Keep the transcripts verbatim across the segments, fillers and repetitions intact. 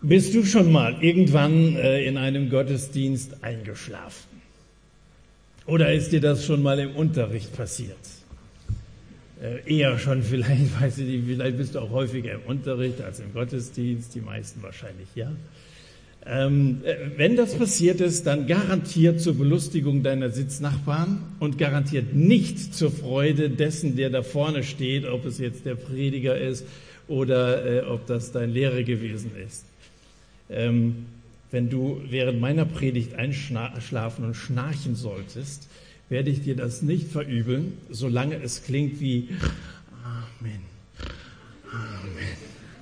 Bist du schon mal irgendwann äh, in einem Gottesdienst eingeschlafen? Oder ist dir das schon mal im Unterricht passiert? Äh, eher schon vielleicht, weiß ich nicht, vielleicht bist du auch häufiger im Unterricht als im Gottesdienst, die meisten wahrscheinlich ja. Ähm, äh, wenn das passiert ist, dann garantiert zur Belustigung deiner Sitznachbarn und garantiert nicht zur Freude dessen, der da vorne steht, ob es jetzt der Prediger ist oder äh, ob das dein Lehrer gewesen ist. Ähm, wenn du während meiner Predigt einschlafen und schnarchen solltest, werde ich dir das nicht verübeln, solange es klingt wie Amen, Amen,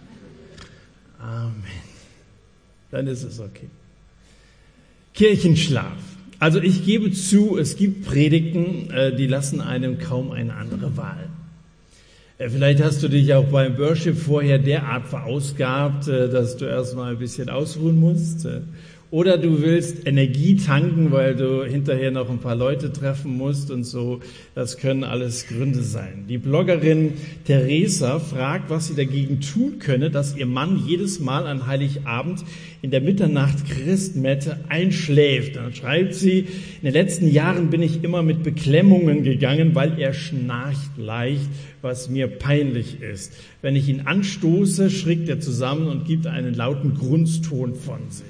Amen. Dann ist es okay. Kirchenschlaf. Also ich gebe zu, es gibt Predigten, die lassen einem kaum eine andere Wahl. Vielleicht hast du dich auch beim Worship vorher derart verausgabt, dass du erstmal ein bisschen ausruhen musst. Oder du willst Energie tanken, weil du hinterher noch ein paar Leute treffen musst und so. Das können alles Gründe sein. Die Bloggerin Theresa fragt, was sie dagegen tun könne, dass ihr Mann jedes Mal an Heiligabend in der Mitternacht-Christmette einschläft. Dann schreibt sie, in den letzten Jahren bin ich immer mit Beklemmungen gegangen, weil er schnarcht leicht, was mir peinlich ist. Wenn ich ihn anstoße, schrickt er zusammen und gibt einen lauten Grunzton von sich.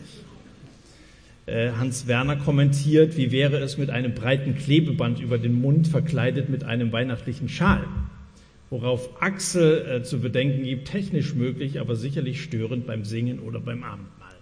Hans Werner kommentiert, wie wäre es mit einem breiten Klebeband über den Mund, verkleidet mit einem weihnachtlichen Schal? Worauf Axel äh, zu bedenken gibt, technisch möglich, aber sicherlich störend beim Singen oder beim Abendmahl.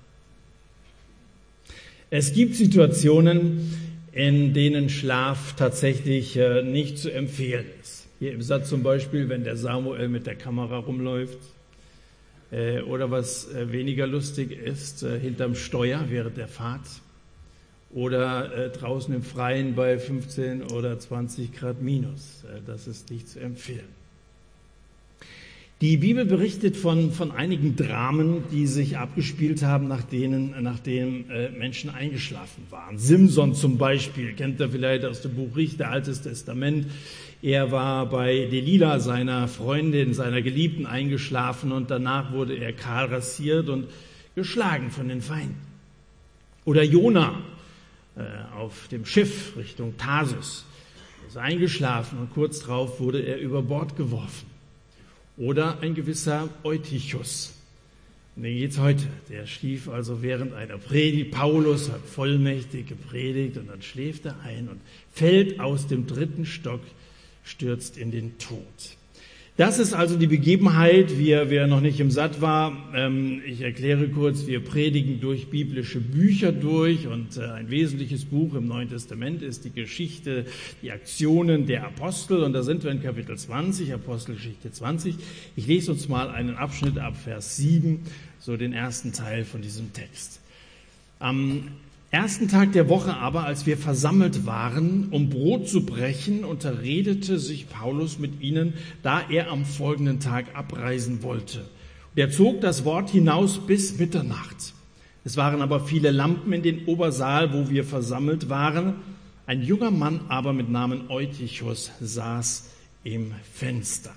Es gibt Situationen, in denen Schlaf tatsächlich äh, nicht zu empfehlen ist. Hier im Satz zum Beispiel, wenn der Samuel mit der Kamera rumläuft. Äh, oder was äh, weniger lustig ist, äh, hinterm Steuer während der Fahrt. Oder äh, draußen im Freien bei fünfzehn oder zwanzig Grad minus. Äh, das ist nicht zu empfehlen. Die Bibel berichtet von, von einigen Dramen, die sich abgespielt haben, nach denen, nach denen äh, Menschen eingeschlafen waren. Simson zum Beispiel, kennt ihr vielleicht aus dem Buch Richter, Altes Testament. Er war bei Delila, seiner Freundin, seiner Geliebten, eingeschlafen und danach wurde er kahl rasiert und geschlagen von den Feinden. Oder Jona äh, auf dem Schiff Richtung Tarsus. Er ist eingeschlafen und kurz darauf wurde er über Bord geworfen. Oder ein gewisser Eutychus. Und den geht's heute. Der schlief also während einer Predigt. Paulus hat vollmächtig gepredigt und dann schläft er ein und fällt aus dem dritten Stock, stürzt in den Tod. Das ist also die Begebenheit, wer, wer noch nicht im Satt war. Ähm, ich erkläre kurz, wir predigen durch biblische Bücher durch und äh, ein wesentliches Buch im Neuen Testament ist die Geschichte, die Aktionen der Apostel und da sind wir in Kapitel zwanzig, Apostelgeschichte zwanzig. Ich lese uns mal einen Abschnitt ab Vers sieben, so den ersten Teil von diesem Text. Am ersten Tag der Woche aber, als wir versammelt waren, um Brot zu brechen, unterredete sich Paulus mit ihnen, da er am folgenden Tag abreisen wollte. Und er zog das Wort hinaus bis Mitternacht. Es waren aber viele Lampen in den Obersaal, wo wir versammelt waren. Ein junger Mann aber mit Namen Eutychus saß im Fenster.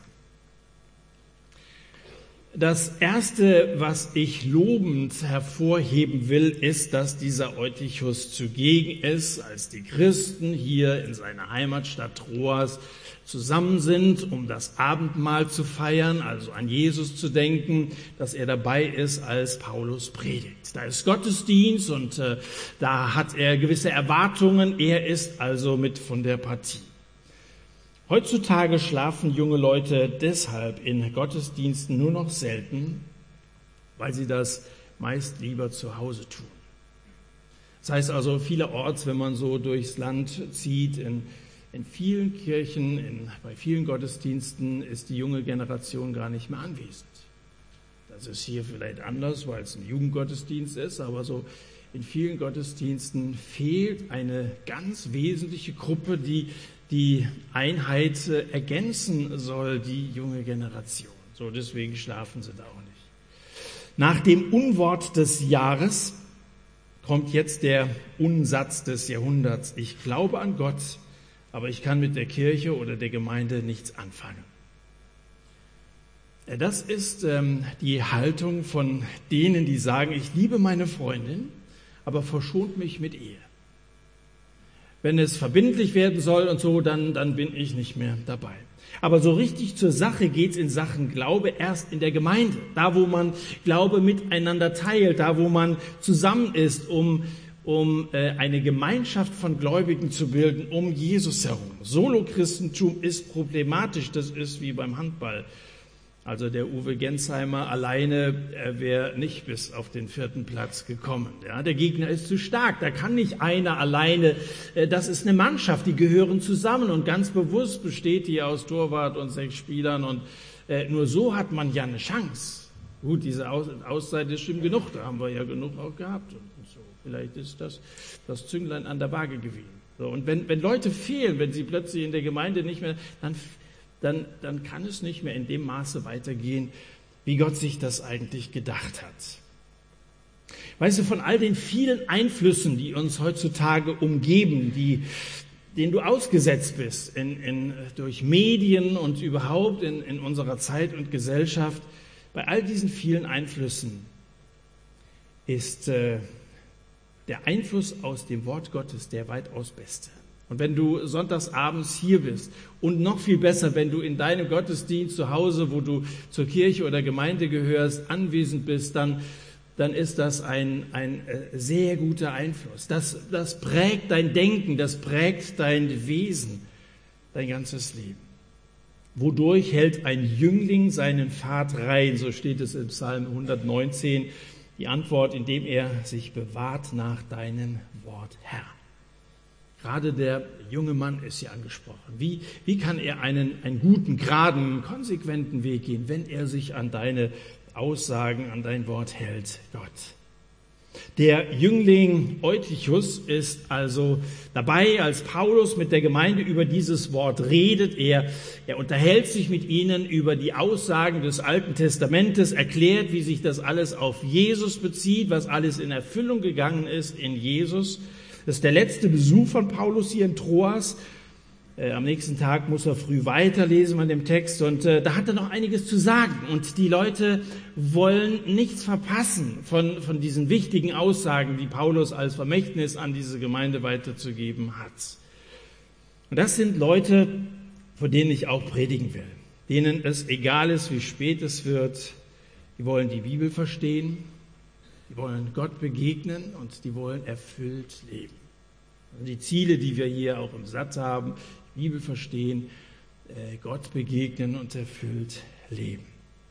Das Erste, was ich lobend hervorheben will, ist, dass dieser Eutychus zugegen ist, als die Christen hier in seiner Heimatstadt Troas zusammen sind, um das Abendmahl zu feiern, also an Jesus zu denken, dass er dabei ist, als Paulus predigt. Da ist Gottesdienst und äh, da hat er gewisse Erwartungen. Er ist also mit von der Partie. Heutzutage schlafen junge Leute deshalb in Gottesdiensten nur noch selten, weil sie das meist lieber zu Hause tun. Das heißt also, vielerorts, wenn man so durchs Land zieht, in, in vielen Kirchen, in, bei vielen Gottesdiensten ist die junge Generation gar nicht mehr anwesend. Das ist hier vielleicht anders, weil es ein Jugendgottesdienst ist, aber so in vielen Gottesdiensten fehlt eine ganz wesentliche Gruppe, die die Einheit ergänzen soll, die junge Generation. So, deswegen schlafen sie da auch nicht. Nach dem Unwort des Jahres kommt jetzt der Unsatz des Jahrhunderts. Ich glaube an Gott, aber ich kann mit der Kirche oder der Gemeinde nichts anfangen. Das ist ähm, die Haltung von denen, die sagen, ich liebe meine Freundin, aber verschont mich mit Ehe. Wenn es verbindlich werden soll und so, dann, dann bin ich nicht mehr dabei. Aber so richtig zur Sache geht's in Sachen Glaube erst in der Gemeinde. Da, wo man Glaube miteinander teilt, da, wo man zusammen ist, um, um äh, eine Gemeinschaft von Gläubigen zu bilden, um Jesus herum. Solo-Christentum ist problematisch, das ist wie beim Handball. Also der Uwe Gensheimer alleine äh, wäre nicht bis auf den vierten Platz gekommen. Ja, der Gegner ist zu stark, da kann nicht einer alleine. Äh, das ist eine Mannschaft, die gehören zusammen und ganz bewusst besteht die aus Torwart und sechs Spielern und äh, nur so hat man ja eine Chance. Gut, diese Aus- Auszeit ist schlimm genug, da haben wir ja genug auch gehabt. Und so. Vielleicht ist das das Zünglein an der Waage gewesen. So, und wenn, wenn Leute fehlen, wenn sie plötzlich in der Gemeinde nicht mehr, dann Dann, dann kann es nicht mehr in dem Maße weitergehen, wie Gott sich das eigentlich gedacht hat. Weißt du, von all den vielen Einflüssen, die uns heutzutage umgeben, die, denen du ausgesetzt bist in, in, durch Medien und überhaupt in, in unserer Zeit und Gesellschaft, bei all diesen vielen Einflüssen ist äh, der Einfluss aus dem Wort Gottes der weitaus beste. Und wenn du sonntagsabends hier bist und noch viel besser, wenn du in deinem Gottesdienst zu Hause, wo du zur Kirche oder Gemeinde gehörst, anwesend bist, dann, dann ist das ein, ein sehr guter Einfluss. Das, das prägt dein Denken, das prägt dein Wesen, dein ganzes Leben. Wodurch hält ein Jüngling seinen Pfad rein? So steht es im Psalm hundertneunzehn. Die Antwort, indem er sich bewahrt nach deinem Wort, Herr. Gerade der junge Mann ist hier angesprochen. Wie, wie kann er einen, einen guten, geraden, konsequenten Weg gehen, wenn er sich an deine Aussagen, an dein Wort hält, Gott? Der Jüngling Eutychus ist also dabei, als Paulus mit der Gemeinde über dieses Wort redet. Er, er unterhält sich mit ihnen über die Aussagen des Alten Testamentes, erklärt, wie sich das alles auf Jesus bezieht, was alles in Erfüllung gegangen ist in Jesus. Das ist der letzte Besuch von Paulus hier in Troas. Äh, am nächsten Tag muss er früh weiterlesen an dem Text und äh, da hat er noch einiges zu sagen. Und die Leute wollen nichts verpassen von, von diesen wichtigen Aussagen, die Paulus als Vermächtnis an diese Gemeinde weiterzugeben hat. Und das sind Leute, von denen ich auch predigen will. Denen es egal ist, wie spät es wird. Die wollen die Bibel verstehen. Die wollen Gott begegnen und die wollen erfüllt leben. Also die Ziele, die wir hier auch im Satz haben, die Bibel verstehen, Gott begegnen und erfüllt leben.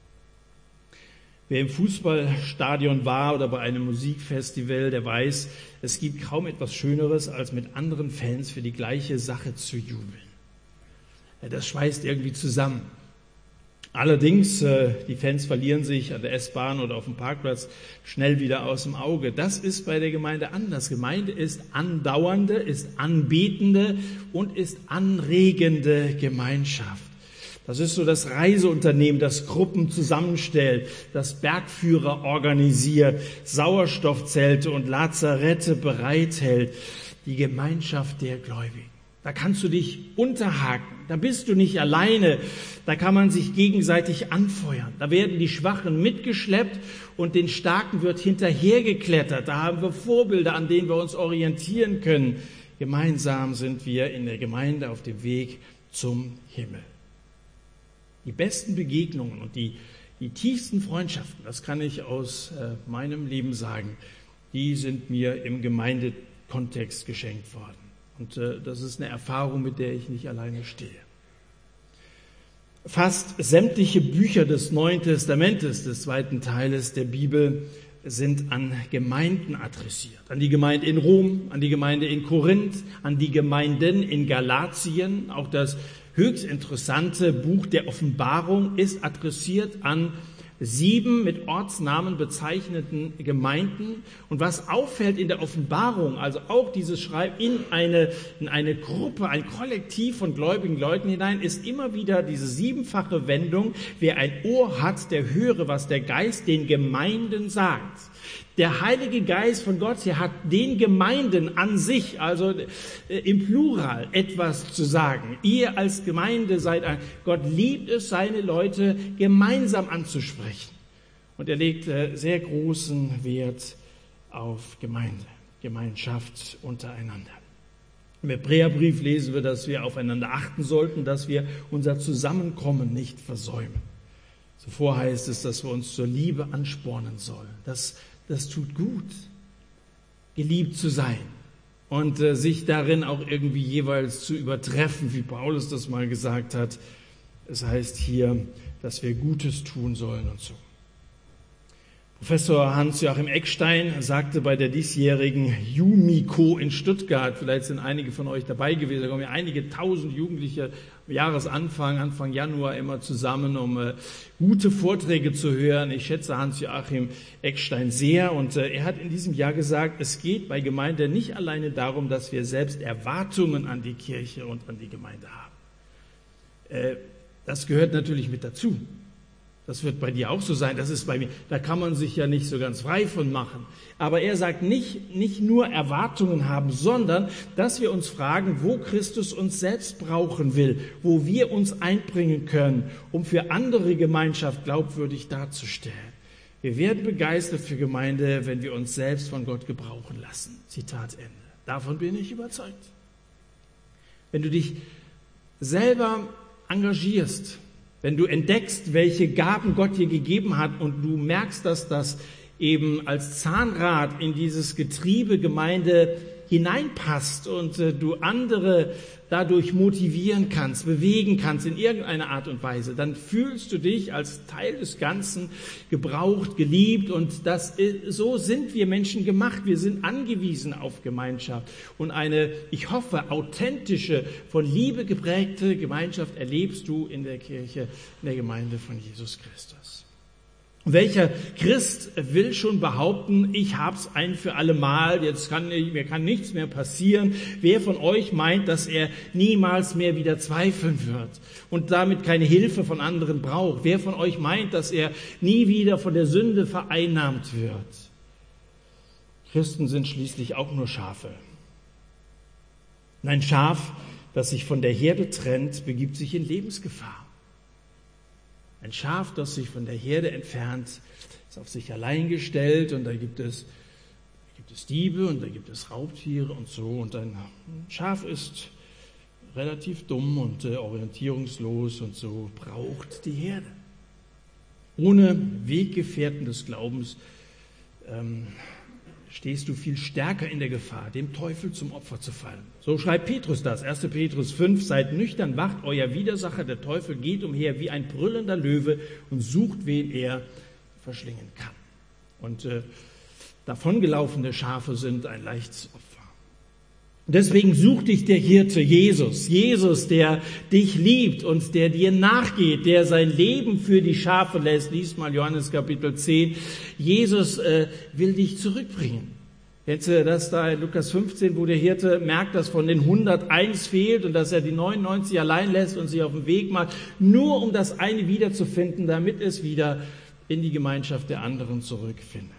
Wer im Fußballstadion war oder bei einem Musikfestival, der weiß, es gibt kaum etwas Schöneres, als mit anderen Fans für die gleiche Sache zu jubeln. Das schweißt irgendwie zusammen. Allerdings, die Fans verlieren sich an der S-Bahn oder auf dem Parkplatz schnell wieder aus dem Auge. Das ist bei der Gemeinde anders. Gemeinde ist andauernde, ist anbetende und ist anregende Gemeinschaft. Das ist so das Reiseunternehmen, das Gruppen zusammenstellt, das Bergführer organisiert, Sauerstoffzelte und Lazarette bereithält. Die Gemeinschaft der Gläubigen. Da kannst du dich unterhaken, da bist du nicht alleine, da kann man sich gegenseitig anfeuern. Da werden die Schwachen mitgeschleppt und den Starken wird hinterhergeklettert. Da haben wir Vorbilder, an denen wir uns orientieren können. Gemeinsam sind wir in der Gemeinde auf dem Weg zum Himmel. Die besten Begegnungen und die, die tiefsten Freundschaften, das kann ich aus äh, meinem Leben sagen, die sind mir im Gemeindekontext geschenkt worden. Und äh, das ist eine Erfahrung, mit der ich nicht alleine stehe. Fast sämtliche Bücher des Neuen Testamentes, des zweiten Teiles der Bibel, sind an Gemeinden adressiert. An die Gemeinde in Rom, an die Gemeinde in Korinth, an die Gemeinden in Galatien. Auch das höchst interessante Buch der Offenbarung ist adressiert an sieben mit Ortsnamen bezeichneten Gemeinden. Und was auffällt in der Offenbarung, also auch dieses Schreiben in eine, in eine Gruppe, ein Kollektiv von gläubigen Leuten hinein, ist immer wieder diese siebenfache Wendung: Wer ein Ohr hat, der höre, was der Geist den Gemeinden sagt. Der Heilige Geist von Gott hier hat den Gemeinden an sich, also im Plural, etwas zu sagen. Ihr als Gemeinde seid ein, Gott liebt es, seine Leute gemeinsam anzusprechen. Und er legt sehr großen Wert auf Gemeinde, Gemeinschaft untereinander. Im Hebräerbrief lesen wir, dass wir aufeinander achten sollten, dass wir unser Zusammenkommen nicht versäumen. Zuvor heißt es, dass wir uns zur Liebe anspornen sollen. Das, das tut gut, geliebt zu sein und äh, sich darin auch irgendwie jeweils zu übertreffen, wie Paulus das mal gesagt hat. Es heißt hier, dass wir Gutes tun sollen und so. Professor Hans-Joachim Eckstein sagte bei der diesjährigen Jumiko in Stuttgart, vielleicht sind einige von euch dabei gewesen, da kommen ja einige tausend Jugendliche am Jahresanfang, Anfang Januar immer zusammen, um äh, gute Vorträge zu hören. Ich schätze Hans-Joachim Eckstein sehr und äh, er hat in diesem Jahr gesagt, es geht bei Gemeinde nicht alleine darum, dass wir selbst Erwartungen an die Kirche und an die Gemeinde haben. Äh, das gehört natürlich mit dazu. Das wird bei dir auch so sein, das ist bei mir, da kann man sich ja nicht so ganz frei von machen. Aber er sagt nicht, nicht nur Erwartungen haben, sondern dass wir uns fragen, wo Christus uns selbst brauchen will, wo wir uns einbringen können, um für andere Gemeinschaft glaubwürdig darzustellen. Wir werden begeistert für Gemeinde, wenn wir uns selbst von Gott gebrauchen lassen. Zitat Ende. Davon bin ich überzeugt. Wenn du dich selber engagierst, wenn du entdeckst, welche Gaben Gott dir gegeben hat und du merkst, dass das eben als Zahnrad in dieses Getriebe Gemeinde hineinpasst und äh, du andere dadurch motivieren kannst, bewegen kannst in irgendeiner Art und Weise, dann fühlst du dich als Teil des Ganzen gebraucht, geliebt und das ist, so sind wir Menschen gemacht. Wir sind angewiesen auf Gemeinschaft und eine, ich hoffe, authentische, von Liebe geprägte Gemeinschaft erlebst du in der Kirche, in der Gemeinde von Jesus Christus. Welcher Christ will schon behaupten, ich hab's ein für alle Mal, jetzt kann ich, mir kann nichts mehr passieren? Wer von euch meint, dass er niemals mehr wieder zweifeln wird und damit keine Hilfe von anderen braucht? Wer von euch meint, dass er nie wieder von der Sünde vereinnahmt wird? Christen sind schließlich auch nur Schafe. Und ein Schaf, das sich von der Herde trennt, begibt sich in Lebensgefahr. Ein Schaf, das sich von der Herde entfernt, ist auf sich allein gestellt und da gibt es, da gibt es Diebe und da gibt es Raubtiere und so. Und ein Schaf ist relativ dumm und äh, orientierungslos und so, braucht die Herde. Ohne Weggefährten des Glaubens ähm, stehst du viel stärker in der Gefahr, dem Teufel zum Opfer zu fallen. So schreibt Petrus das, erster Petrus fünf, seid nüchtern, wacht, euer Widersacher, der Teufel, geht umher wie ein brüllender Löwe und sucht, wen er verschlingen kann. Und äh, davongelaufene Schafe sind ein leichtes Opfer. Deswegen sucht dich der Hirte Jesus, Jesus, der dich liebt und der dir nachgeht, der sein Leben für die Schafe lässt. Lies mal Johannes Kapitel zehn. Jesus äh, will dich zurückbringen. Kennst du das da in Lukas fünfzehn, wo der Hirte merkt, dass von den hunderteins fehlt und dass er die neunundneunzig allein lässt und sich auf den Weg macht, nur um das eine wiederzufinden, damit es wieder in die Gemeinschaft der anderen zurückfindet.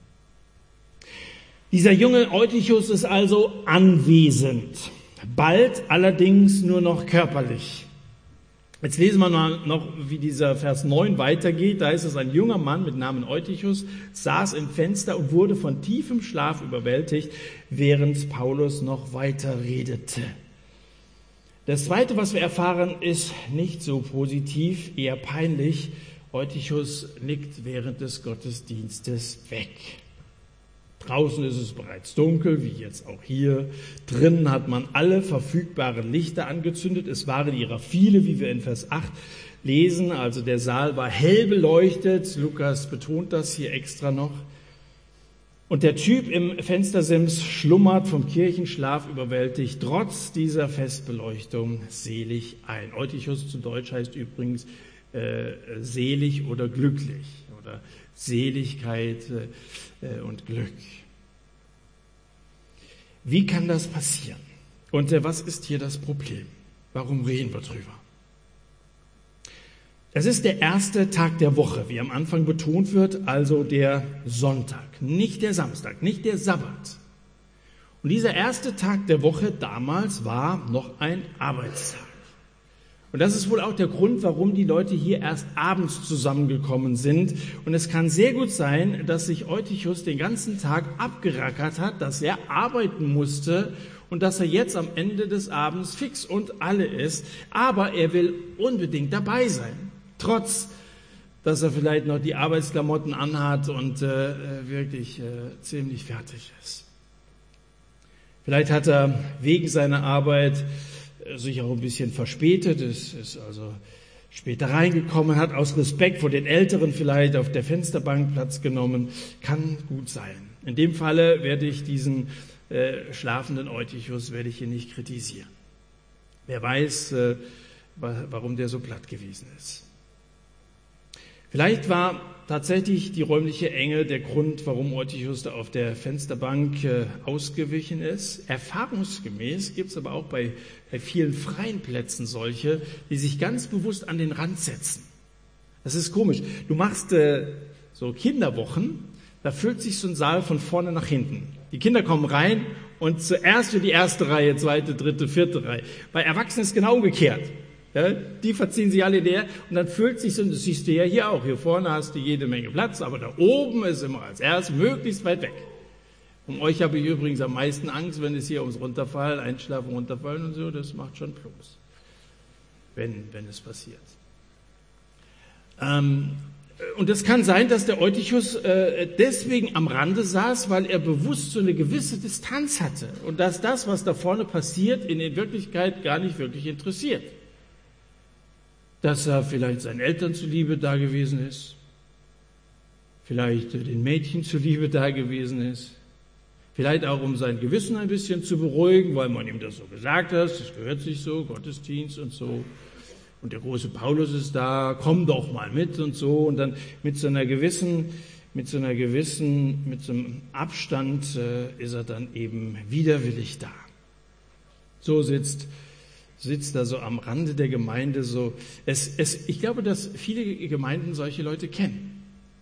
Dieser junge Eutychus ist also anwesend, bald allerdings nur noch körperlich. Jetzt lesen wir noch, wie dieser Vers neun weitergeht. Da ist es, ein junger Mann mit Namen Eutychus saß im Fenster und wurde von tiefem Schlaf überwältigt, während Paulus noch weiter redete. Das Zweite, was wir erfahren, ist nicht so positiv, eher peinlich. Eutychus nickt während des Gottesdienstes weg. Draußen ist es bereits dunkel, wie jetzt auch hier. Drinnen hat man alle verfügbaren Lichter angezündet. Es waren ihrer viele, wie wir in Vers acht lesen. Also der Saal war hell beleuchtet. Lukas betont das hier extra noch. Und der Typ im Fenstersims schlummert, vom Kirchenschlaf überwältigt, trotz dieser Festbeleuchtung selig ein. Eutychus zu Deutsch heißt übrigens äh, selig oder glücklich oder Seligkeit äh, und Glück. Wie kann das passieren? Und äh, was ist hier das Problem? Warum reden wir drüber? Es ist der erste Tag der Woche, wie am Anfang betont wird, also der Sonntag, nicht der Samstag, nicht der Sabbat. Und dieser erste Tag der Woche damals war noch ein Arbeitstag. Und das ist wohl auch der Grund, warum die Leute hier erst abends zusammengekommen sind. Und es kann sehr gut sein, dass sich Eutychus den ganzen Tag abgerackert hat, dass er arbeiten musste und dass er jetzt am Ende des Abends fix und alle ist. Aber er will unbedingt dabei sein, trotz dass er vielleicht noch die Arbeitsklamotten anhat und äh, wirklich äh, ziemlich fertig ist. Vielleicht hat er wegen seiner Arbeit sich auch ein bisschen verspätet, es ist also später reingekommen, hat aus Respekt vor den Älteren vielleicht auf der Fensterbank Platz genommen. Kann gut sein. In dem Falle werde ich diesen äh, schlafenden Eutychus werde ich hier nicht kritisieren. Wer weiß, äh, warum der so platt gewesen ist. Vielleicht war tatsächlich die räumliche Enge der Grund, warum Eutychus da auf der Fensterbank äh, ausgewichen ist. Erfahrungsgemäß gibt es aber auch bei, bei vielen freien Plätzen solche, die sich ganz bewusst an den Rand setzen. Das ist komisch. Du machst äh, so Kinderwochen, da füllt sich so ein Saal von vorne nach hinten. Die Kinder kommen rein und zuerst für die erste Reihe, zweite, dritte, vierte Reihe. Bei Erwachsenen ist es genau umgekehrt. Ja, die verziehen sich alle leer und dann füllt sich so, das siehst du ja hier auch, hier vorne hast du jede Menge Platz, aber da oben ist immer als erst möglichst weit weg. Um euch habe ich übrigens am meisten Angst, wenn es hier ums Runterfallen, Einschlafen, Runterfallen und so, das macht schon Plumps, wenn, wenn es passiert. Ähm, und es kann sein, dass der Eutychus äh, deswegen am Rande saß, weil er bewusst so eine gewisse Distanz hatte und dass das, was da vorne passiert, ihn in Wirklichkeit gar nicht wirklich interessiert. Dass er vielleicht seinen Eltern zuliebe da gewesen ist, vielleicht den Mädchen zuliebe da gewesen ist, vielleicht auch um sein Gewissen ein bisschen zu beruhigen, weil man ihm das so gesagt hat, das gehört sich so, Gottesdienst und so. Und der große Paulus ist da, komm doch mal mit und so. Und dann mit so einer gewissen, mit so einer gewissen, mit so einem Abstand äh, ist er dann eben widerwillig da. So sitzt sitzt da so am Rande der Gemeinde so. Es, es, ich glaube, dass viele Gemeinden solche Leute kennen.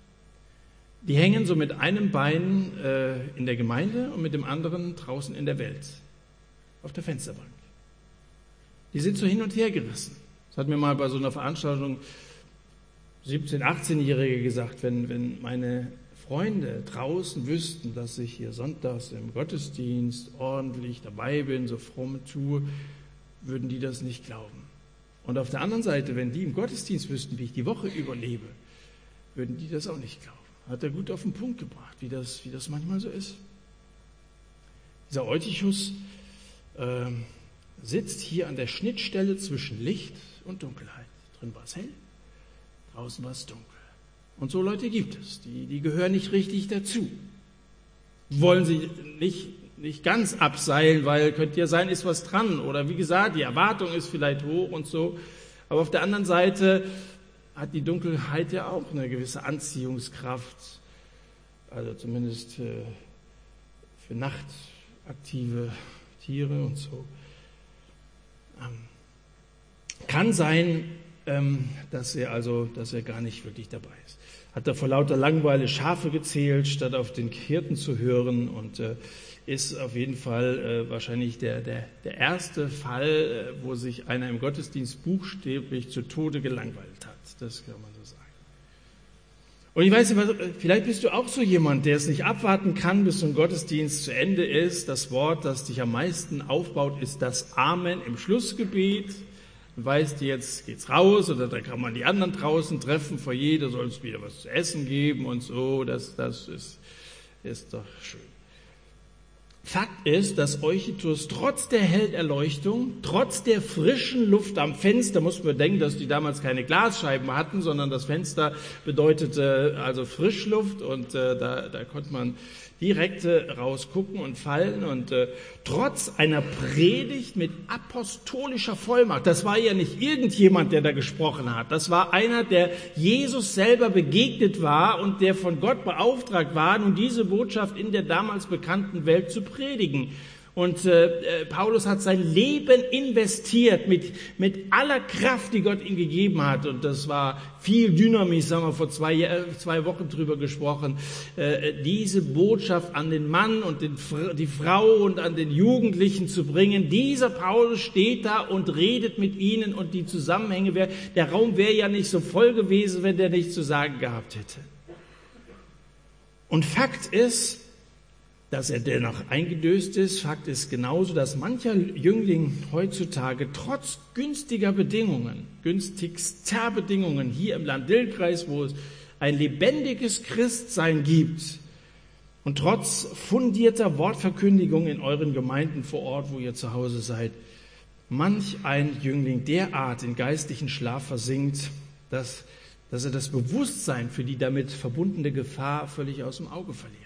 Die hängen so mit einem Bein äh, in der Gemeinde und mit dem anderen draußen in der Welt, auf der Fensterbank. Die sind so hin und her gerissen. Das hat mir mal bei so einer Veranstaltung siebzehn-, achtzehnjährige gesagt, wenn, wenn meine Freunde draußen wüssten, dass ich hier sonntags im Gottesdienst ordentlich dabei bin, so fromm tue, würden die das nicht glauben. Und auf der anderen Seite, wenn die im Gottesdienst wüssten, wie ich die Woche überlebe, würden die das auch nicht glauben. Hat er gut auf den Punkt gebracht, wie das, wie das manchmal so ist. Dieser Eutychus äh, sitzt hier an der Schnittstelle zwischen Licht und Dunkelheit. Drin war es hell, draußen war es dunkel. Und so Leute gibt es, die, die gehören nicht richtig dazu. Wollen sie nicht nicht ganz abseilen, weil könnte ja sein, ist was dran. Oder wie gesagt, die Erwartung ist vielleicht hoch und so. Aber auf der anderen Seite hat die Dunkelheit ja auch eine gewisse Anziehungskraft. Also zumindest äh, für nachtaktive Tiere und so. Ähm, kann sein, ähm, dass er also, dass er gar nicht wirklich dabei ist. Hat er vor lauter Langeweile Schafe gezählt, statt auf den Hirten zu hören und äh, ist auf jeden Fall äh, wahrscheinlich der, der, der erste Fall, äh, wo sich einer im Gottesdienst buchstäblich zu Tode gelangweilt hat. Das kann man so sagen. Und ich weiß nicht, vielleicht bist du auch so jemand, der es nicht abwarten kann, bis so ein Gottesdienst zu Ende ist. Das Wort, das dich am meisten aufbaut, ist das Amen im Schlussgebet. Du weißt, jetzt geht's raus oder da kann man die anderen draußen treffen, Foyer, da soll es wieder was zu essen geben und so. Das, das ist, ist doch schön. Fakt ist, dass Eutychus trotz der Hellerleuchtung, trotz der frischen Luft am Fenster, muss man denken, dass die damals keine Glasscheiben hatten, sondern das Fenster bedeutete also Frischluft und äh, da, da konnte man direkt äh, rausgucken und fallen und äh, trotz einer Predigt mit apostolischer Vollmacht, das war ja nicht irgendjemand, der da gesprochen hat, das war einer, der Jesus selber begegnet war und der von Gott beauftragt war, nun diese Botschaft in der damals bekannten Welt zu predigen. Und äh, Paulus hat sein Leben investiert mit, mit aller Kraft, die Gott ihm gegeben hat. Und das war viel Dynamis, haben wir vor zwei, äh, zwei Wochen drüber gesprochen. Äh, diese Botschaft an den Mann und den, die Frau und an den Jugendlichen zu bringen. Dieser Paulus steht da und redet mit ihnen und die Zusammenhänge, wär, der Raum wäre ja nicht so voll gewesen, wenn der nichts zu sagen gehabt hätte. Und Fakt ist, dass er dennoch eingedöst ist. Fakt ist genauso, dass mancher Jüngling heutzutage trotz günstiger Bedingungen, günstigster Bedingungen hier im Land Dillkreis, wo es ein lebendiges Christsein gibt und trotz fundierter Wortverkündigung in euren Gemeinden vor Ort, wo ihr zu Hause seid, manch ein Jüngling derart in geistlichen Schlaf versinkt, dass, dass er das Bewusstsein für die damit verbundene Gefahr völlig aus dem Auge verliert.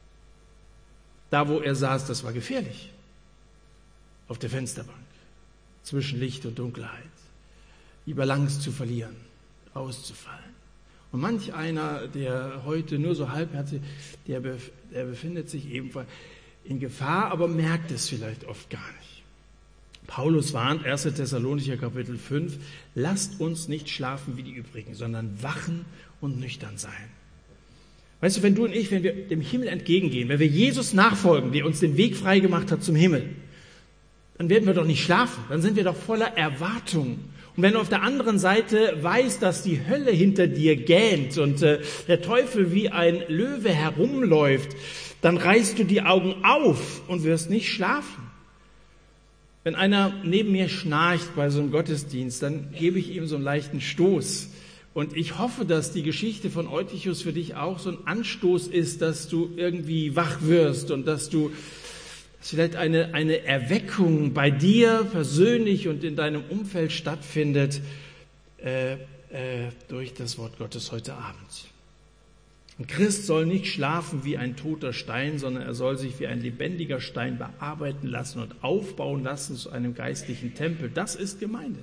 Da, wo er saß, das war gefährlich. Auf der Fensterbank, zwischen Licht und Dunkelheit. Die Balance zu verlieren, auszufallen. Und manch einer, der heute nur so halbherzig, der, bef- der befindet sich ebenfalls in Gefahr, aber merkt es vielleicht oft gar nicht. Paulus warnt, erster Thessalonicher Kapitel fünf, lasst uns nicht schlafen wie die übrigen, sondern wachen und nüchtern sein. Weißt du, wenn du und ich, wenn wir dem Himmel entgegengehen, wenn wir Jesus nachfolgen, der uns den Weg frei gemacht hat zum Himmel, dann werden wir doch nicht schlafen, dann sind wir doch voller Erwartung. Und wenn du auf der anderen Seite weißt, dass die Hölle hinter dir gähnt und äh, der Teufel wie ein Löwe herumläuft, dann reißt du die Augen auf und wirst nicht schlafen. Wenn einer neben mir schnarcht bei so einem Gottesdienst, dann gebe ich ihm so einen leichten Stoß. Und ich hoffe, dass die Geschichte von Eutychus für dich auch so ein Anstoß ist, dass du irgendwie wach wirst und dass du dass vielleicht eine, eine Erweckung bei dir persönlich und in deinem Umfeld stattfindet äh, äh, durch das Wort Gottes heute Abend. Ein Christ soll nicht schlafen wie ein toter Stein, sondern er soll sich wie ein lebendiger Stein bearbeiten lassen und aufbauen lassen zu einem geistlichen Tempel. Das ist Gemeinde.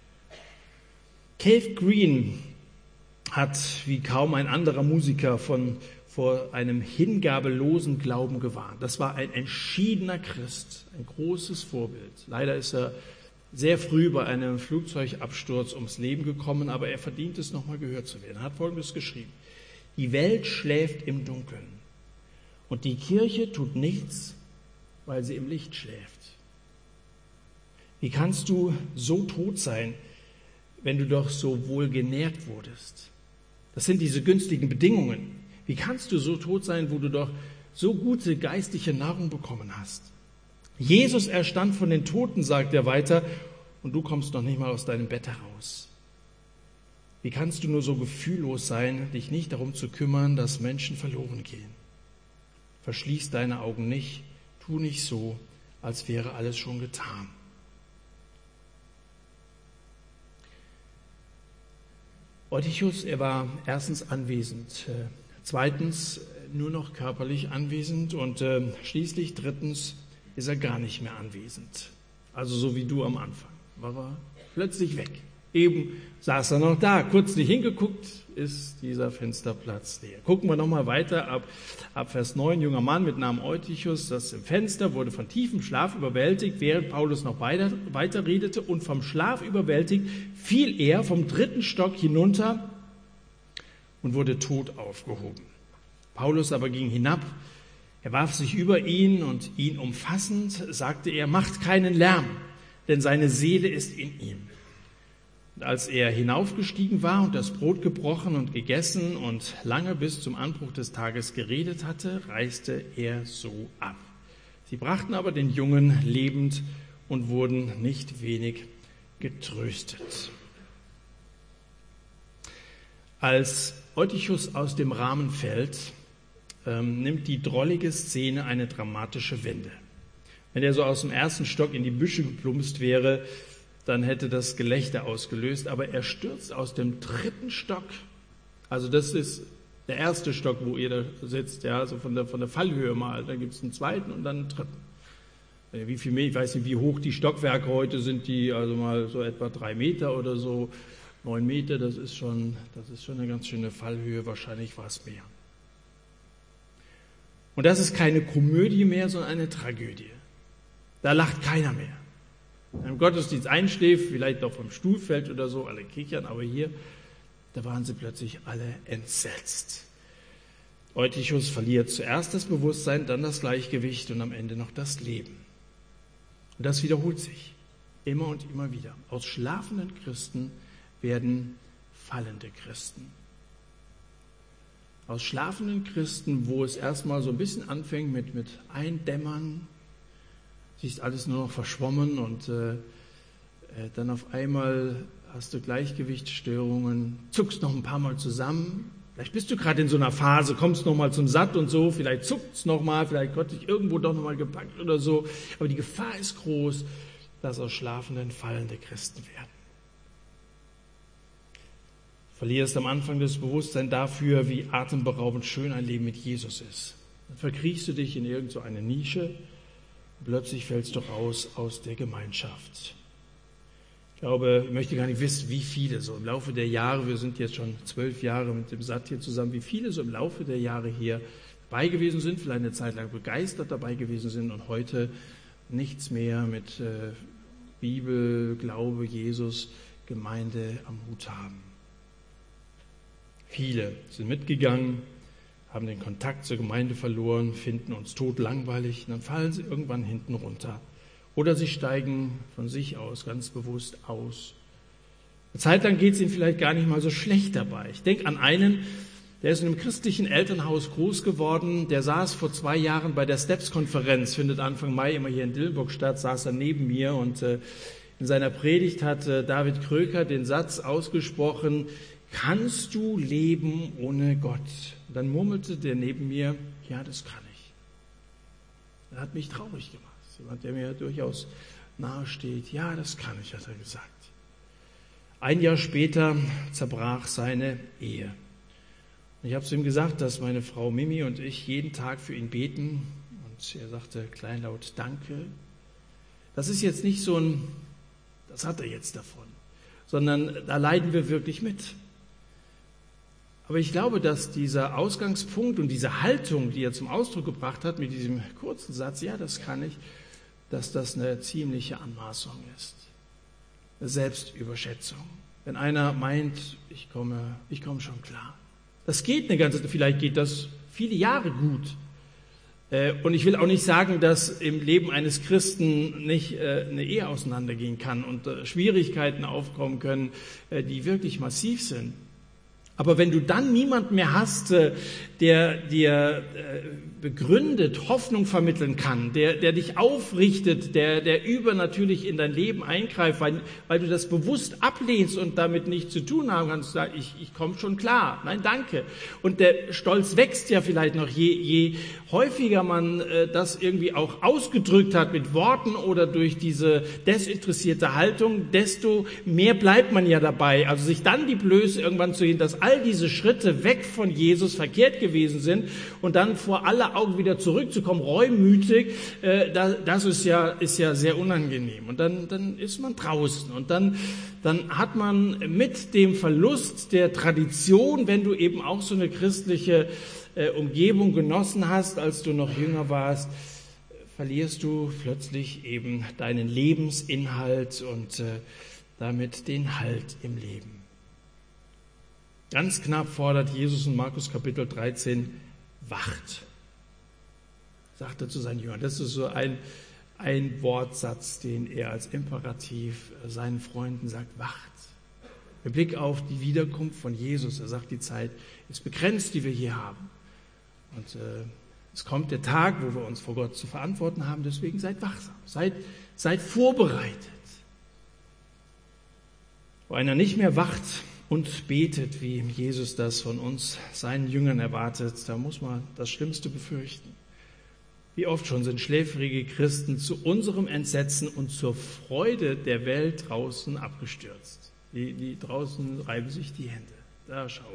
Keith Green hat wie kaum ein anderer Musiker von, vor einem hingabelosen Glauben gewarnt. Das war ein entschiedener Christ, ein großes Vorbild. Leider ist er sehr früh bei einem Flugzeugabsturz ums Leben gekommen, aber er verdient es, nochmal gehört zu werden. Er hat Folgendes geschrieben: Die Welt schläft im Dunkeln und die Kirche tut nichts, weil sie im Licht schläft. Wie kannst du so tot sein, wenn du doch so wohl genährt wurdest? Das sind diese günstigen Bedingungen. Wie kannst du so tot sein, wo du doch so gute geistliche Nahrung bekommen hast? Jesus erstand von den Toten, sagt er weiter, und du kommst noch nicht mal aus deinem Bett heraus. Wie kannst du nur so gefühllos sein, dich nicht darum zu kümmern, dass Menschen verloren gehen? Verschließ deine Augen nicht, tu nicht so, als wäre alles schon getan. Eutychus, er war erstens anwesend, äh, zweitens nur noch körperlich anwesend und äh, schließlich drittens ist er gar nicht mehr anwesend. Also so wie du am Anfang, war er plötzlich weg. Eben saß er noch da, kurz nicht hingeguckt, ist dieser Fensterplatz leer. Gucken wir nochmal weiter ab, ab Vers neun. Junger Mann mit Namen Eutychus, das im Fenster, wurde von tiefem Schlaf überwältigt, während Paulus noch weiter, weiter redete, und vom Schlaf überwältigt fiel er vom dritten Stock hinunter und wurde tot aufgehoben. Paulus aber ging hinab, er warf sich über ihn und ihn umfassend, sagte er, macht keinen Lärm, denn seine Seele ist in ihm. Und als er hinaufgestiegen war und das Brot gebrochen und gegessen und lange bis zum Anbruch des Tages geredet hatte, reiste er so ab. Sie brachten aber den Jungen lebend und wurden nicht wenig getröstet. Als Eutychus aus dem Rahmen fällt, ähm, nimmt die drollige Szene eine dramatische Wende. Wenn er so aus dem ersten Stock in die Büsche geplumpst wäre, dann hätte das Gelächter ausgelöst, aber er stürzt aus dem dritten Stock. Also das ist der erste Stock, wo ihr da sitzt, ja, also von der, von der Fallhöhe mal. Da gibt es einen zweiten und dann einen dritten. Wie viel mehr, ich weiß nicht, wie hoch die Stockwerke heute sind, die also mal so etwa drei Meter oder so, neun Meter, das ist schon, das ist schon eine ganz schöne Fallhöhe, wahrscheinlich war es mehr. Und das ist keine Komödie mehr, sondern eine Tragödie. Da lacht keiner mehr. Wenn im Gottesdienst einschläft, vielleicht doch vom Stuhl fällt oder so, alle kichern, aber hier, da waren sie plötzlich alle entsetzt. Eutychus verliert zuerst das Bewusstsein, dann das Gleichgewicht und am Ende noch das Leben. Und das wiederholt sich immer und immer wieder. Aus schlafenden Christen werden fallende Christen. Aus schlafenden Christen, wo es erstmal so ein bisschen anfängt mit, mit Eindämmern, siehst alles nur noch verschwommen und äh, äh, dann auf einmal hast du Gleichgewichtsstörungen, zuckst noch ein paar Mal zusammen. Vielleicht bist du gerade in so einer Phase, kommst noch mal zum Satt und so, vielleicht zuckt's noch mal, vielleicht wird dich irgendwo doch noch mal gepackt oder so. Aber die Gefahr ist groß, dass aus Schlafenden fallende Christen werden. Verlierst am Anfang das Bewusstsein dafür, wie atemberaubend schön ein Leben mit Jesus ist. Dann verkriechst du dich in irgendeine Nische. Plötzlich fällst du raus aus der Gemeinschaft. Ich glaube, ich möchte gar nicht wissen, wie viele so im Laufe der Jahre, wir sind jetzt schon zwölf Jahre mit dem Satt hier zusammen, wie viele so im Laufe der Jahre hier dabei gewesen sind, vielleicht eine Zeit lang begeistert dabei gewesen sind und heute nichts mehr mit äh, Bibel, Glaube, Jesus, Gemeinde am Hut haben. Viele sind mitgegangen, haben den Kontakt zur Gemeinde verloren, finden uns totlangweilig, und dann fallen sie irgendwann hinten runter. Oder sie steigen von sich aus ganz bewusst aus. Eine Zeit lang geht es ihnen vielleicht gar nicht mal so schlecht dabei. Ich denke an einen, der ist in einem christlichen Elternhaus groß geworden, der saß vor zwei Jahren bei der Steps-Konferenz, findet Anfang Mai immer hier in Dillenburg statt, saß er neben mir und äh, in seiner Predigt hat äh, David Kröker den Satz ausgesprochen: Kannst du leben ohne Gott? Und dann murmelte der neben mir: Ja, das kann ich. Das hat mich traurig gemacht. Jemand, der mir durchaus nahe steht: Ja, das kann ich, hat er gesagt. Ein Jahr später zerbrach seine Ehe. Ich habe zu ihm gesagt, dass meine Frau Mimi und ich jeden Tag für ihn beten. Und er sagte kleinlaut: Danke. Das ist jetzt nicht so ein, das hat er jetzt davon, sondern da leiden wir wirklich mit. Aber ich glaube, dass dieser Ausgangspunkt und diese Haltung, die er zum Ausdruck gebracht hat mit diesem kurzen Satz: Ja, das kann ich, dass das eine ziemliche Anmaßung ist. Eine Selbstüberschätzung. Wenn einer meint, ich komme, ich komme schon klar. Das geht eine ganze, vielleicht geht das viele Jahre gut. Und ich will auch nicht sagen, dass im Leben eines Christen nicht eine Ehe auseinandergehen kann und Schwierigkeiten aufkommen können, die wirklich massiv sind. Aber wenn du dann niemanden mehr hast, der dir begründet, Hoffnung vermitteln kann, der, der dich aufrichtet, der, der übernatürlich in dein Leben eingreift, weil, weil du das bewusst ablehnst und damit nichts zu tun haben kannst, du sagst, ich, ich komme schon klar, nein, danke. Und der Stolz wächst ja vielleicht noch, je, je häufiger man äh, das irgendwie auch ausgedrückt hat mit Worten oder durch diese desinteressierte Haltung, desto mehr bleibt man ja dabei. Also sich dann die Blöße irgendwann zu gehen, dass all diese Schritte weg von Jesus verkehrt gewesen sind und dann vor aller Augen wieder zurückzukommen, reumütig, äh, das, das ist ja, ist ja sehr unangenehm. Und dann, dann ist man draußen und dann, dann hat man mit dem Verlust der Tradition, wenn du eben auch so eine christliche äh, Umgebung genossen hast, als du noch jünger warst, verlierst du plötzlich eben deinen Lebensinhalt und äh, damit den Halt im Leben. Ganz knapp fordert Jesus in Markus Kapitel dreizehn: Wacht, sagt er zu seinen Jüngern. Das ist so ein, ein Wortsatz, den er als Imperativ seinen Freunden sagt: Wacht. Mit Blick auf die Wiederkunft von Jesus. Er sagt, die Zeit ist begrenzt, die wir hier haben. Und äh, es kommt der Tag, wo wir uns vor Gott zu verantworten haben. Deswegen seid wachsam, seid, seid vorbereitet. Wo einer nicht mehr wacht und betet, wie Jesus das von uns, seinen Jüngern, erwartet, da muss man das Schlimmste befürchten. Wie oft schon sind schläfrige Christen zu unserem Entsetzen und zur Freude der Welt draußen abgestürzt. Die, die draußen reiben sich die Hände. Da schaut.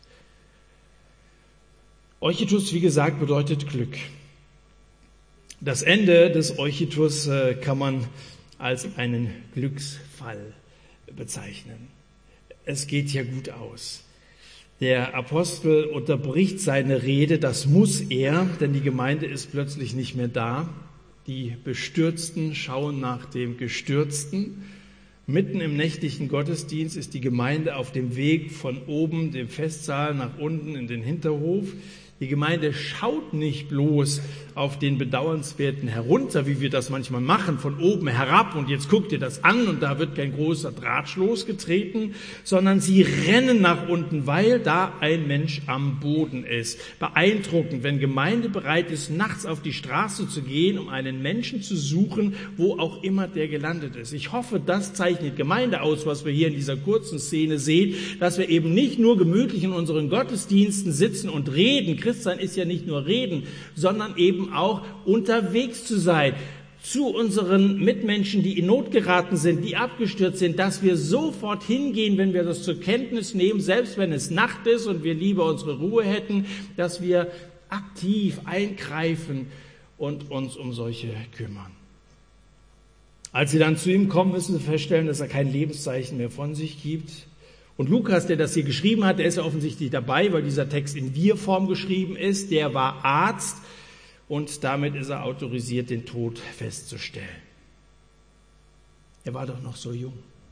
Eutychus, wie gesagt, bedeutet Glück. Das Ende des Eutychus kann man als einen Glücksfall bezeichnen. Es geht ja gut aus. Der Apostel unterbricht seine Rede, das muss er, denn die Gemeinde ist plötzlich nicht mehr da. Die Bestürzten schauen nach dem Gestürzten. Mitten im nächtlichen Gottesdienst ist die Gemeinde auf dem Weg von oben, dem Festsaal, nach unten in den Hinterhof. Die Gemeinde schaut nicht bloß auf den Bedauernswerten herunter, wie wir das manchmal machen, von oben herab und jetzt guckt ihr das an und da wird kein großer Draht losgetreten, sondern sie rennen nach unten, weil da ein Mensch am Boden ist. Beeindruckend, wenn Gemeinde bereit ist, nachts auf die Straße zu gehen, um einen Menschen zu suchen, wo auch immer der gelandet ist. Ich hoffe, das zeichnet Gemeinde aus, was wir hier in dieser kurzen Szene sehen, dass wir eben nicht nur gemütlich in unseren Gottesdiensten sitzen und reden. Christsein ist ja nicht nur reden, sondern eben auch unterwegs zu sein zu unseren Mitmenschen, die in Not geraten sind, die abgestürzt sind, dass wir sofort hingehen, wenn wir das zur Kenntnis nehmen, selbst wenn es Nacht ist und wir lieber unsere Ruhe hätten, dass wir aktiv eingreifen und uns um solche kümmern. Als sie dann zu ihm kommen, müssen sie feststellen, dass er kein Lebenszeichen mehr von sich gibt. Und Lukas, der das hier geschrieben hat, der ist ja offensichtlich dabei, weil dieser Text in Wir-Form geschrieben ist. Der war Arzt und damit ist er autorisiert, den Tod festzustellen. Er war doch noch so jung.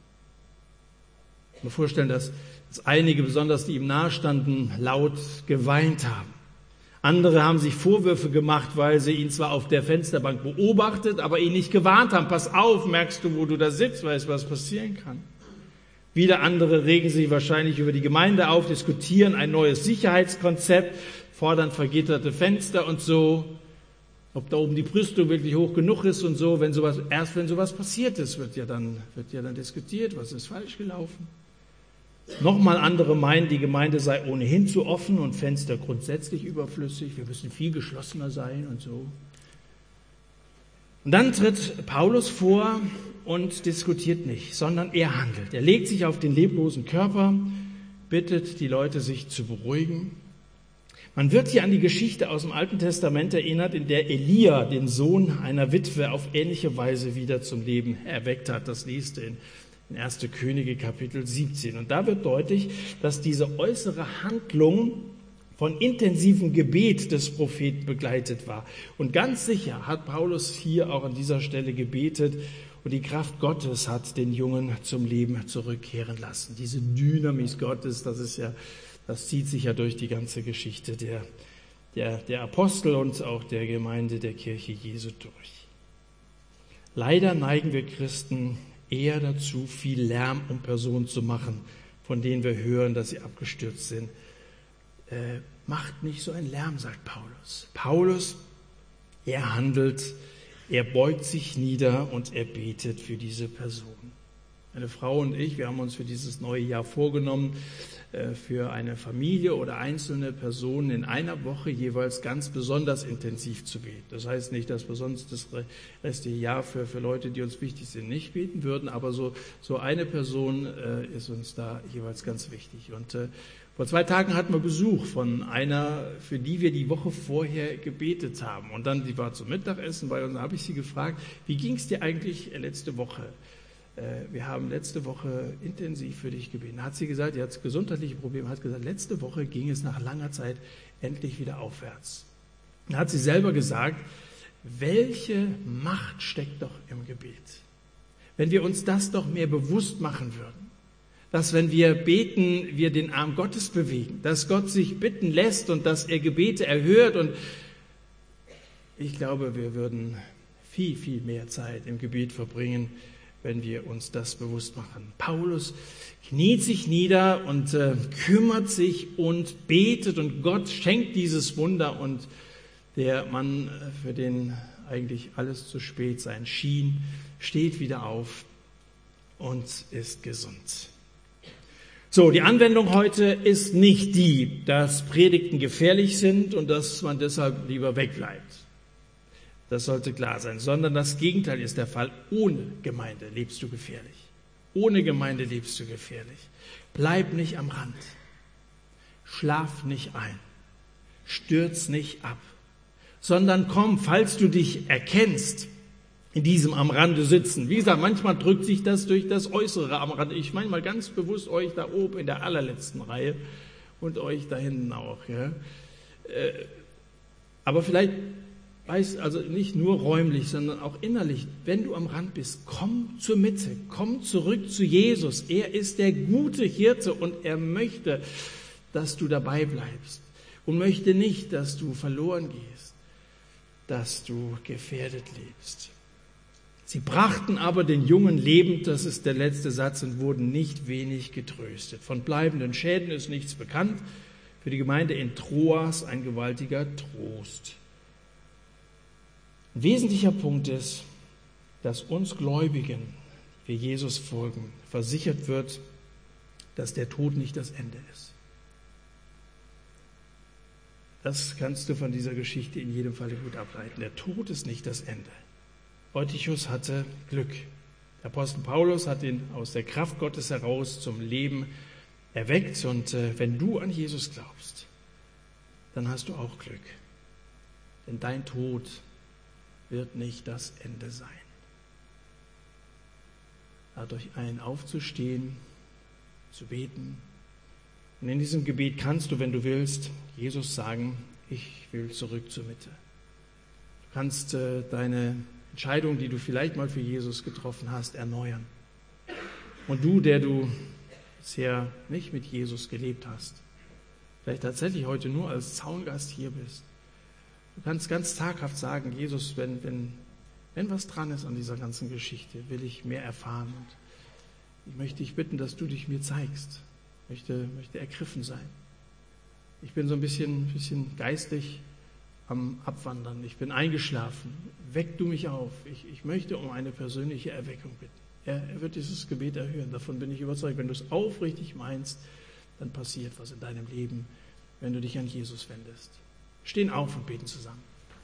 Ich kann mir vorstellen, dass, dass einige, besonders die ihm nahestanden, laut geweint haben. Andere haben sich Vorwürfe gemacht, weil sie ihn zwar auf der Fensterbank beobachtet, aber ihn nicht gewarnt haben. Pass auf, merkst du, wo du da sitzt, weißt, was passieren kann. Wieder andere regen sich wahrscheinlich über die Gemeinde auf, diskutieren ein neues Sicherheitskonzept, fordern vergitterte Fenster und so. Ob da oben die Brüstung wirklich hoch genug ist und so, wenn sowas, erst wenn sowas passiert ist, wird ja dann, wird ja dann diskutiert, was ist falsch gelaufen. Nochmal andere meinen, die Gemeinde sei ohnehin zu offen und Fenster grundsätzlich überflüssig. Wir müssen viel geschlossener sein und so. Und dann tritt Paulus vor und diskutiert nicht, sondern er handelt. Er legt sich auf den leblosen Körper, bittet die Leute, sich zu beruhigen. Man wird hier an die Geschichte aus dem Alten Testament erinnert, in der Elia den Sohn einer Witwe auf ähnliche Weise wieder zum Leben erweckt hat. Das liest ihr in erster Könige Kapitel siebzehn. Und da wird deutlich, dass diese äußere Handlung von intensivem Gebet des Propheten begleitet war. Und ganz sicher hat Paulus hier auch an dieser Stelle gebetet und die Kraft Gottes hat den Jungen zum Leben zurückkehren lassen. Diese Dynamis Gottes, das ist ja, das zieht sich ja durch die ganze Geschichte der, der, der Apostel und auch der Gemeinde der Kirche Jesu durch. Leider neigen wir Christen eher dazu, viel Lärm um Personen zu machen, von denen wir hören, dass sie abgestürzt sind. Äh, macht nicht so einen Lärm, sagt Paulus. Paulus, er handelt, er beugt sich nieder und er betet für diese Person. Meine Frau und ich, wir haben uns für dieses neue Jahr vorgenommen, äh, für eine Familie oder einzelne Personen in einer Woche jeweils ganz besonders intensiv zu beten. Das heißt nicht, dass wir sonst das restliche Jahr für, für Leute, die uns wichtig sind, nicht beten würden, aber so, so eine Person äh, ist uns da jeweils ganz wichtig. Und äh, vor zwei Tagen hatten wir Besuch von einer, für die wir die Woche vorher gebetet haben. Und dann, die war zum Mittagessen bei uns, und dann habe ich sie gefragt, wie ging es dir eigentlich letzte Woche? Wir haben letzte Woche intensiv für dich gebeten. Hat sie gesagt, sie hat gesundheitliche Probleme, hat gesagt, letzte Woche ging es nach langer Zeit endlich wieder aufwärts. Dann hat sie selber gesagt, welche Macht steckt doch im Gebet? Wenn wir uns das doch mehr bewusst machen würden, dass wenn wir beten, wir den Arm Gottes bewegen, dass Gott sich bitten lässt und dass er Gebete erhört. Und ich glaube, wir würden viel, viel mehr Zeit im Gebet verbringen, wenn wir uns das bewusst machen. Paulus kniet sich nieder und äh, kümmert sich und betet und Gott schenkt dieses Wunder und der Mann, für den eigentlich alles zu spät sein schien, steht wieder auf und ist gesund. So, die Anwendung heute ist nicht die, dass Predigten gefährlich sind und dass man deshalb lieber wegbleibt. Das sollte klar sein, sondern das Gegenteil ist der Fall. Ohne Gemeinde lebst du gefährlich. Ohne Gemeinde lebst du gefährlich. Bleib nicht am Rand. Schlaf nicht ein. Stürz nicht ab. Sondern komm, falls du dich erkennst, in diesem am Rande sitzen. Wie gesagt, manchmal drückt sich das durch das Äußere am Rande. Ich meine mal ganz bewusst euch da oben in der allerletzten Reihe und euch da hinten auch. Ja. Aber vielleicht Weißt, also nicht nur räumlich, sondern auch innerlich, wenn du am Rand bist, komm zur Mitte, komm zurück zu Jesus. Er ist der gute Hirte und er möchte, dass du dabei bleibst und möchte nicht, dass du verloren gehst, dass du gefährdet lebst. Sie brachten aber den Jungen lebend, das ist der letzte Satz, und wurden nicht wenig getröstet. Von bleibenden Schäden ist nichts bekannt. Für die Gemeinde in Troas ein gewaltiger Trost. Ein wesentlicher Punkt ist, dass uns Gläubigen, die Jesus folgen, versichert wird, dass der Tod nicht das Ende ist. Das kannst du von dieser Geschichte in jedem Fall gut ableiten. Der Tod ist nicht das Ende. Eutychus hatte Glück. Der Apostel Paulus hat ihn aus der Kraft Gottes heraus zum Leben erweckt. Und äh, wenn du an Jesus glaubst, dann hast du auch Glück. Denn dein Tod wird nicht das Ende sein. Lad euch ein, aufzustehen, zu beten. Und in diesem Gebet kannst du, wenn du willst, Jesus sagen, ich will zurück zur Mitte. Du kannst äh, deine Entscheidung, die du vielleicht mal für Jesus getroffen hast, erneuern. Und du, der du bisher nicht mit Jesus gelebt hast, vielleicht tatsächlich heute nur als Zaungast hier bist, du kannst ganz taghaft sagen, Jesus, wenn, wenn, wenn was dran ist an dieser ganzen Geschichte, will ich mehr erfahren. Und ich möchte dich bitten, dass du dich mir zeigst. Ich möchte, möchte ergriffen sein. Ich bin so ein bisschen, bisschen geistig am Abwandern. Ich bin eingeschlafen. Weck du mich auf. Ich, ich möchte um eine persönliche Erweckung bitten. Er, er wird dieses Gebet erhören. Davon bin ich überzeugt. Wenn du es aufrichtig meinst, dann passiert was in deinem Leben, wenn du dich an Jesus wendest. Stehen auf und beten zusammen.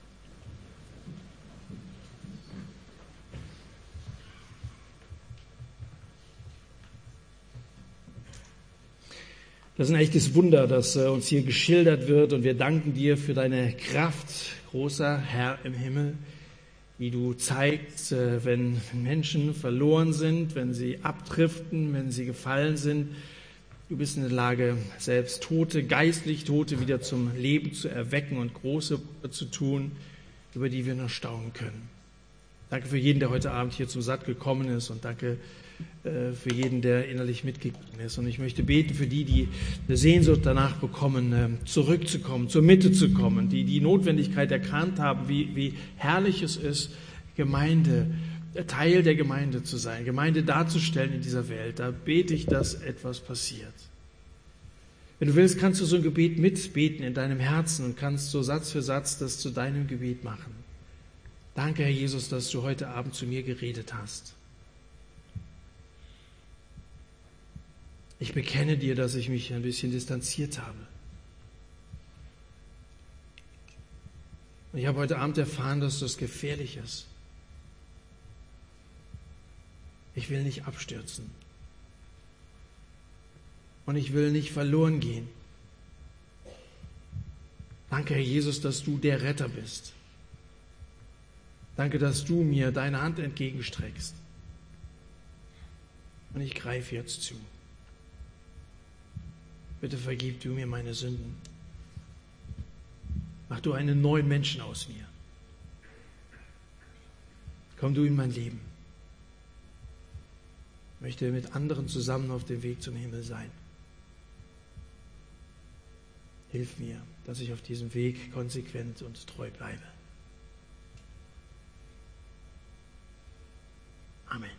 Das ist ein echtes Wunder, das uns hier geschildert wird, und wir danken dir für deine Kraft, großer Herr im Himmel, wie du zeigst, wenn Menschen verloren sind, wenn sie abdriften, wenn sie gefallen sind. Du bist in der Lage, selbst Tote, geistlich Tote wieder zum Leben zu erwecken und große Wunder zu tun, über die wir nur staunen können. Danke für jeden, der heute Abend hier zum Satt gekommen ist, und danke für jeden, der innerlich mitgegangen ist. Und ich möchte beten für die, die eine Sehnsucht danach bekommen, zurückzukommen, zur Mitte zu kommen, die die Notwendigkeit erkannt haben, wie, wie herrlich es ist, Gemeinde, Teil der Gemeinde zu sein, Gemeinde darzustellen in dieser Welt. Da bete ich, dass etwas passiert. Wenn du willst, kannst du so ein Gebet mitbeten in deinem Herzen und kannst so Satz für Satz das zu deinem Gebet machen. Danke, Herr Jesus, dass du heute Abend zu mir geredet hast. Ich bekenne dir, dass ich mich ein bisschen distanziert habe. Und ich habe heute Abend erfahren, dass das gefährlich ist. Ich will nicht abstürzen. Und ich will nicht verloren gehen. Danke, Herr Jesus, dass du der Retter bist. Danke, dass du mir deine Hand entgegenstreckst. Und ich greife jetzt zu. Bitte vergib du mir meine Sünden. Mach du einen neuen Menschen aus mir. Komm du in mein Leben. Ich möchte mit anderen zusammen auf dem Weg zum Himmel sein. Hilf mir, dass ich auf diesem Weg konsequent und treu bleibe. Amen.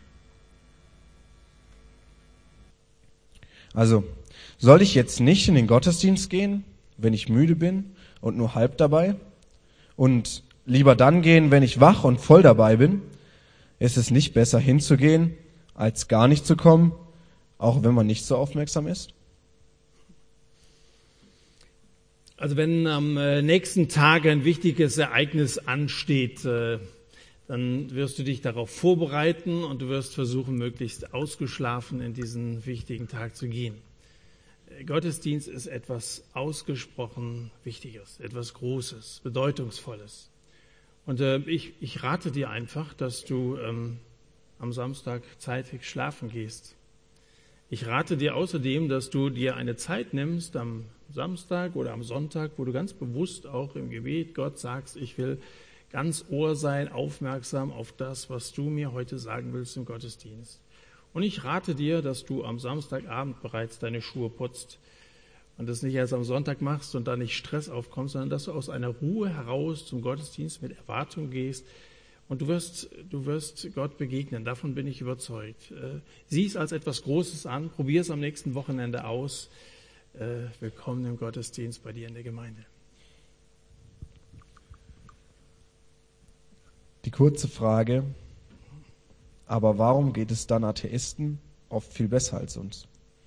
Also, soll ich jetzt nicht in den Gottesdienst gehen, wenn ich müde bin und nur halb dabei? Und lieber dann gehen, wenn ich wach und voll dabei bin? Ist es nicht besser hinzugehen, als gar nicht zu kommen, auch wenn man nicht so aufmerksam ist? Also wenn am nächsten Tag ein wichtiges Ereignis ansteht, dann wirst du dich darauf vorbereiten und du wirst versuchen, möglichst ausgeschlafen in diesen wichtigen Tag zu gehen. Gottesdienst ist etwas ausgesprochen Wichtiges, etwas Großes, Bedeutungsvolles. Und äh, ich, ich rate dir einfach, dass du ähm, am Samstag zeitig schlafen gehst. Ich rate dir außerdem, dass du dir eine Zeit nimmst am Samstag oder am Sonntag, wo du ganz bewusst auch im Gebet Gott sagst, ich will ganz Ohr sein, aufmerksam auf das, was du mir heute sagen willst im Gottesdienst. Und ich rate dir, dass du am Samstagabend bereits deine Schuhe putzt und das nicht erst am Sonntag machst und da nicht Stress aufkommt, sondern dass du aus einer Ruhe heraus zum Gottesdienst mit Erwartung gehst und du wirst, du wirst Gott begegnen. Davon bin ich überzeugt. Sieh es als etwas Großes an, probier es am nächsten Wochenende aus. Willkommen im Gottesdienst bei dir in der Gemeinde. Die kurze Frage, aber warum geht es dann Atheisten oft viel besser als uns?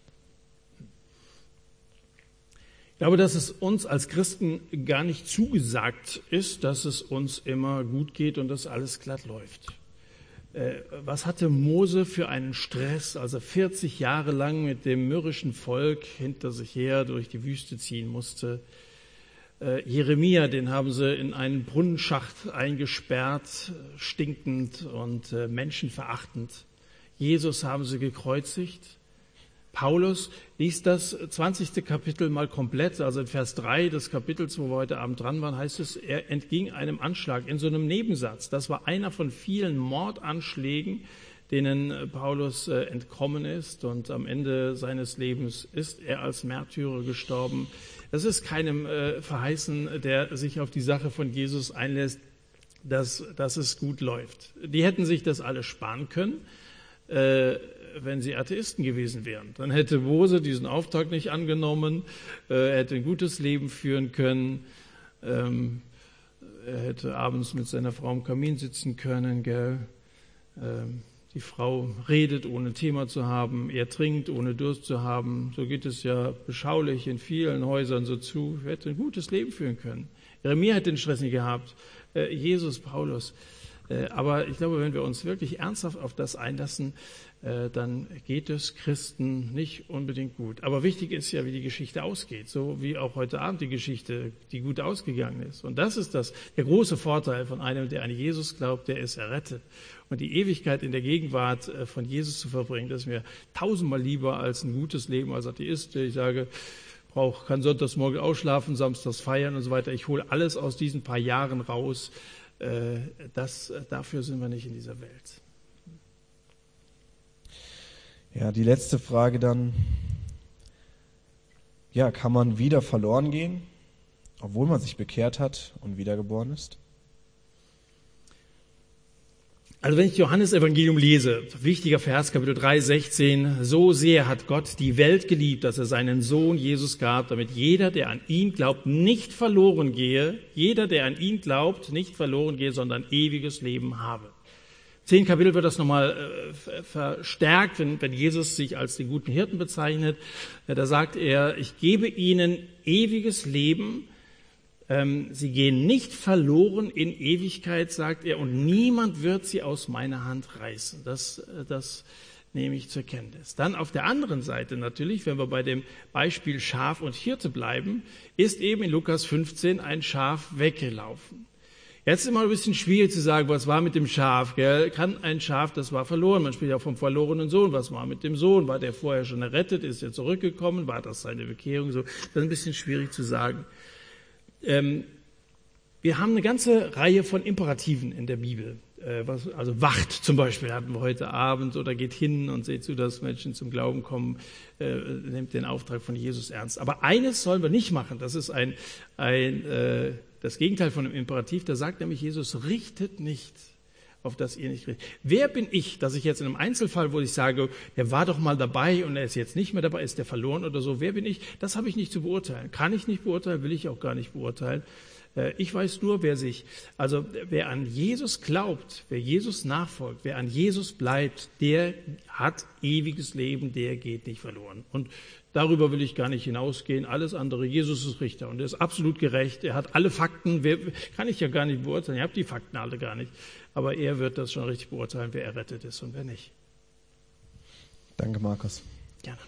Ich glaube, dass es uns als Christen gar nicht zugesagt ist, dass es uns immer gut geht und dass alles glatt läuft. Äh, was hatte Mose für einen Stress, als er vierzig Jahre lang mit dem mürrischen Volk hinter sich her durch die Wüste ziehen musste? Äh, Jeremia, den haben sie in einen Brunnenschacht eingesperrt, stinkend und äh, menschenverachtend. Jesus haben sie gekreuzigt. Paulus liest das zwanzigste Kapitel mal komplett, also in Vers drei des Kapitels, wo wir heute Abend dran waren, heißt es, er entging einem Anschlag in so einem Nebensatz. Das war einer von vielen Mordanschlägen, denen Paulus äh, entkommen ist, und am Ende seines Lebens ist er als Märtyrer gestorben. Es ist keinem äh, verheißen, der sich auf die Sache von Jesus einlässt, dass, dass es gut läuft. Die hätten sich das alles sparen können, äh, wenn sie Atheisten gewesen wären. Dann hätte Mose diesen Auftrag nicht angenommen, äh, er hätte ein gutes Leben führen können, ähm, er hätte abends mit seiner Frau am Kamin sitzen können, gell? Ähm, die Frau redet, ohne Thema zu haben, er trinkt, ohne Durst zu haben. So geht es ja beschaulich in vielen Häusern so zu. Er hätte ein gutes Leben führen können. Jeremia hätte den Stress nicht gehabt, äh, Jesus, Paulus. Äh, aber ich glaube, wenn wir uns wirklich ernsthaft auf das einlassen, dann geht es Christen nicht unbedingt gut. Aber wichtig ist ja, wie die Geschichte ausgeht, so wie auch heute Abend die Geschichte, die gut ausgegangen ist. Und das ist das, der große Vorteil von einem, der an Jesus glaubt, der ist errettet. Und die Ewigkeit in der Gegenwart von Jesus zu verbringen, das ist mir tausendmal lieber als ein gutes Leben als Atheist. Ich sage, brauch, kann sonntags morgen ausschlafen, samstags feiern und so weiter. Ich hole alles aus diesen paar Jahren raus. Das, dafür sind wir nicht in dieser Welt. Ja, die letzte Frage dann. Ja, kann man wieder verloren gehen, obwohl man sich bekehrt hat und wiedergeboren ist? Also wenn ich Johannes-Evangelium lese, wichtiger Vers, Kapitel drei, sechzehn, so sehr hat Gott die Welt geliebt, dass er seinen Sohn Jesus gab, damit jeder, der an ihn glaubt, nicht verloren gehe, jeder, der an ihn glaubt, nicht verloren gehe, sondern ewiges Leben habe. Zehn Kapitel wird das nochmal äh, verstärkt, wenn, wenn Jesus sich als den guten Hirten bezeichnet. Ja, da sagt er, ich gebe ihnen ewiges Leben. Ähm, sie gehen nicht verloren in Ewigkeit, sagt er, und niemand wird sie aus meiner Hand reißen. Das, äh, das nehme ich zur Kenntnis. Dann auf der anderen Seite natürlich, wenn wir bei dem Beispiel Schaf und Hirte bleiben, ist eben in Lukas fünfzehn ein Schaf weggelaufen. Jetzt ist immer ein bisschen schwierig zu sagen, was war mit dem Schaf, gell? Kann ein Schaf, das war verloren. Man spricht ja vom verlorenen Sohn. Was war mit dem Sohn? War der vorher schon errettet? Ist er zurückgekommen? War das seine Bekehrung? So, das ist ein bisschen schwierig zu sagen. Ähm, wir haben eine ganze Reihe von Imperativen in der Bibel. Äh, was, also wacht zum Beispiel hatten wir heute Abend, oder geht hin und seht zu, dass Menschen zum Glauben kommen, äh, nehmt den Auftrag von Jesus ernst. Aber eines sollen wir nicht machen. Das ist ein, ein äh, das Gegenteil von einem Imperativ. Da sagt nämlich Jesus, richtet nicht, auf das ihr nicht richtet. Wer bin ich, dass ich jetzt in einem Einzelfall, wo ich sage, der war doch mal dabei und er ist jetzt nicht mehr dabei, ist der verloren oder so, wer bin ich? Das habe ich nicht zu beurteilen. Kann ich nicht beurteilen, will ich auch gar nicht beurteilen. Ich weiß nur, wer sich, also wer an Jesus glaubt, wer Jesus nachfolgt, wer an Jesus bleibt, der hat ewiges Leben, der geht nicht verloren. Und darüber will ich gar nicht hinausgehen. Alles andere, Jesus ist Richter und er ist absolut gerecht. Er hat alle Fakten, wer, kann ich ja gar nicht beurteilen. Ihr habt die Fakten alle gar nicht. Aber er wird das schon richtig beurteilen, wer errettet ist und wer nicht. Danke, Markus. Gerne.